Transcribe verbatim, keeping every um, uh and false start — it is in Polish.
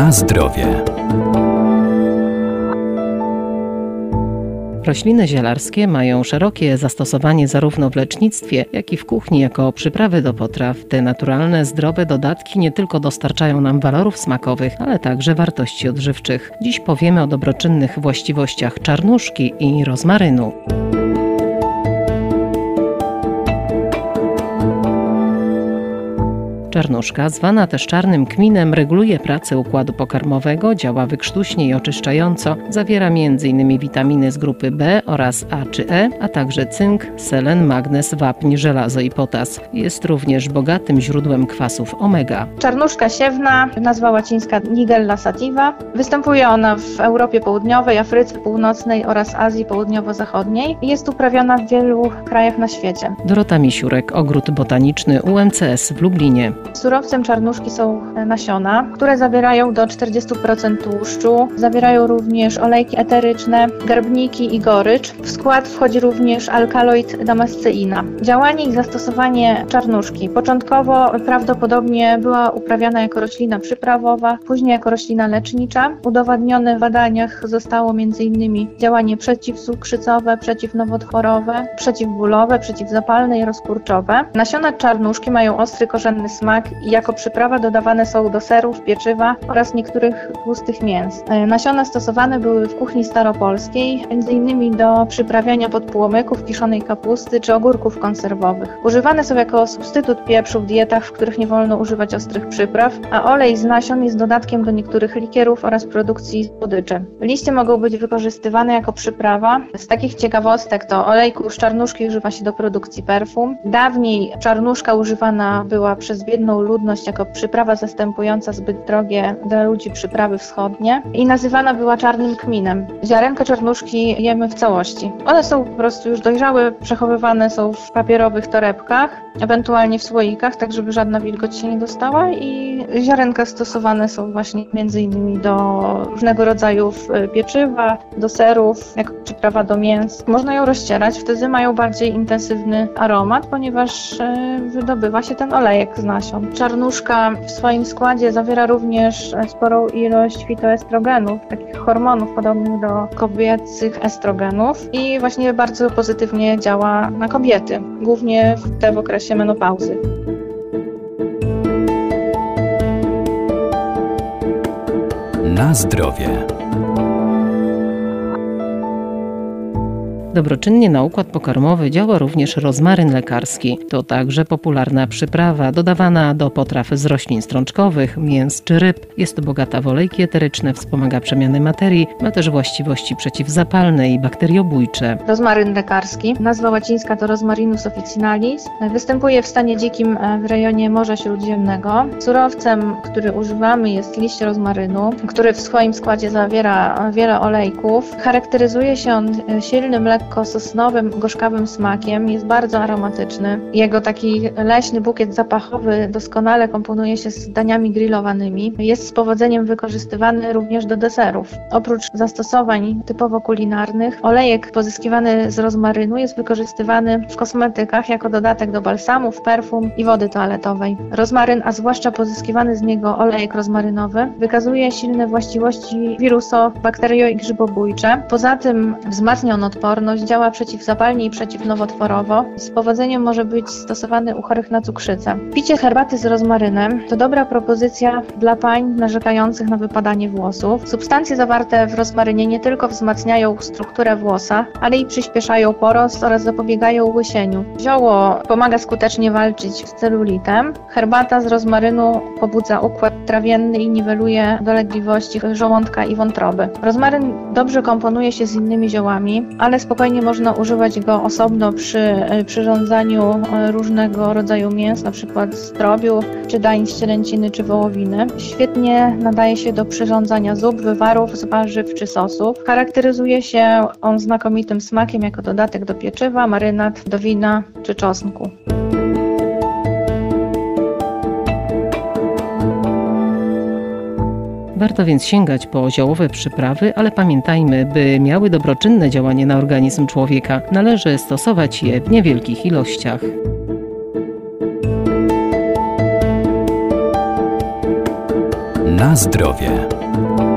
Na zdrowie. Rośliny zielarskie mają szerokie zastosowanie zarówno w lecznictwie, jak i w kuchni jako przyprawy do potraw. Te naturalne, zdrowe dodatki nie tylko dostarczają nam walorów smakowych, ale także wartości odżywczych. Dziś powiemy o dobroczynnych właściwościach czarnuszki i rozmarynu. Czarnuszka, zwana też czarnym kminem, reguluje pracę układu pokarmowego, działa wykrztuśnie i oczyszczająco, zawiera między innymi witaminy z grupy B oraz A czy E, a także cynk, selen, magnez, wapń, żelazo i potas. Jest również bogatym źródłem kwasów omega. Czarnuszka siewna, nazwa łacińska Nigella sativa. Występuje ona w Europie Południowej, Afryce Północnej oraz Azji Południowo-Zachodniej. Jest uprawiana w wielu krajach na świecie. Dorota Misiurek, Ogród Botaniczny U M C S w Lublinie. Surowcem czarnuszki są nasiona, które zawierają do czterdziestu procent tłuszczu. Zawierają również olejki eteryczne, garbniki i gorycz. W skład wchodzi również alkaloid damasceina. Działanie i zastosowanie czarnuszki. Początkowo prawdopodobnie była uprawiana jako roślina przyprawowa, później jako roślina lecznicza. Udowodnione w badaniach zostało między innymi działanie przeciwcukrzycowe, przeciwnowotworowe, przeciwbólowe, przeciwzapalne i rozkurczowe. Nasiona czarnuszki mają ostry, korzenny smak i jako przyprawa dodawane są do serów, pieczywa oraz niektórych tłustych mięs. Nasiona stosowane były w kuchni staropolskiej, między innymi do przyprawiania podpłomyków, kiszonej kapusty czy ogórków konserwowych. Używane są jako substytut pieprzu w dietach, w których nie wolno używać ostrych przypraw, a olej z nasion jest dodatkiem do niektórych likierów oraz produkcji słodyczy. Liście mogą być wykorzystywane jako przyprawa. Z takich ciekawostek to olejku z czarnuszki używa się do produkcji perfum. Dawniej czarnuszka używana była przez biedną ludność jako przyprawa zastępująca zbyt drogie dla ludzi przyprawy wschodnie i nazywana była czarnym kminem. Ziarenka czarnuszki jemy w całości. One są po prostu już dojrzałe, przechowywane są w papierowych torebkach, ewentualnie w słoikach, tak żeby żadna wilgoć się nie dostała, i ziarenka stosowane są właśnie między innymi do różnego rodzaju pieczywa, do serów, jako przyprawa do mięs. Można ją rozcierać, wtedy mają bardziej intensywny aromat, ponieważ wydobywa się ten olejek z nasion. Czarnuszka w swoim składzie zawiera również sporą ilość fitoestrogenów, takich hormonów podobnych do kobiecych estrogenów, i właśnie bardzo pozytywnie działa na kobiety, głównie te w okresie menopauzy. Na zdrowie. Dobroczynnie na układ pokarmowy działa również rozmaryn lekarski. To także popularna przyprawa dodawana do potraw z roślin strączkowych, mięs czy ryb. Jest bogata w olejki eteryczne, wspomaga przemianę materii, ma też właściwości przeciwzapalne i bakteriobójcze. Rozmaryn lekarski, nazwa łacińska to Rosmarinus officinalis. Występuje w stanie dzikim w rejonie Morza Śródziemnego. Surowcem, który używamy, jest liść rozmarynu, który w swoim składzie zawiera wiele olejków. Charakteryzuje się on silnym, lekko sosnowym, gorzkawym smakiem, jest bardzo aromatyczny. Jego taki leśny bukiet zapachowy doskonale komponuje się z daniami grillowanymi. Jest z powodzeniem wykorzystywany również do deserów. Oprócz zastosowań typowo kulinarnych, olejek pozyskiwany z rozmarynu jest wykorzystywany w kosmetykach jako dodatek do balsamów, perfum i wody toaletowej. Rozmaryn, a zwłaszcza pozyskiwany z niego olejek rozmarynowy, wykazuje silne właściwości wiruso-, bakterio- i grzybobójcze. Poza tym wzmacnia on odporność, działa przeciwzapalnie i przeciwnowotworowo. Z powodzeniem może być stosowany u chorych na cukrzycę. Picie herbaty z rozmarynem to dobra propozycja dla pań narzekających na wypadanie włosów. Substancje zawarte w rozmarynie nie tylko wzmacniają strukturę włosa, ale i przyspieszają porost oraz zapobiegają łysieniu. Zioło pomaga skutecznie walczyć z celulitem. Herbata z rozmarynu pobudza układ trawienny i niweluje dolegliwości żołądka i wątroby. Rozmaryn dobrze komponuje się z innymi ziołami, ale spokojnie można używać go osobno przy przyrządzaniu różnego rodzaju mięs, np. zdrobiu, czy dań z cielęciny, czy wołowiny. Świetnie nadaje się do przyrządzania zup, wywarów z warzyw czy sosów. Charakteryzuje się on znakomitym smakiem jako dodatek do pieczywa, marynat, do wina czy czosnku. Warto więc sięgać po ziołowe przyprawy, ale pamiętajmy, by miały dobroczynne działanie na organizm człowieka, należy stosować je w niewielkich ilościach. Na zdrowie.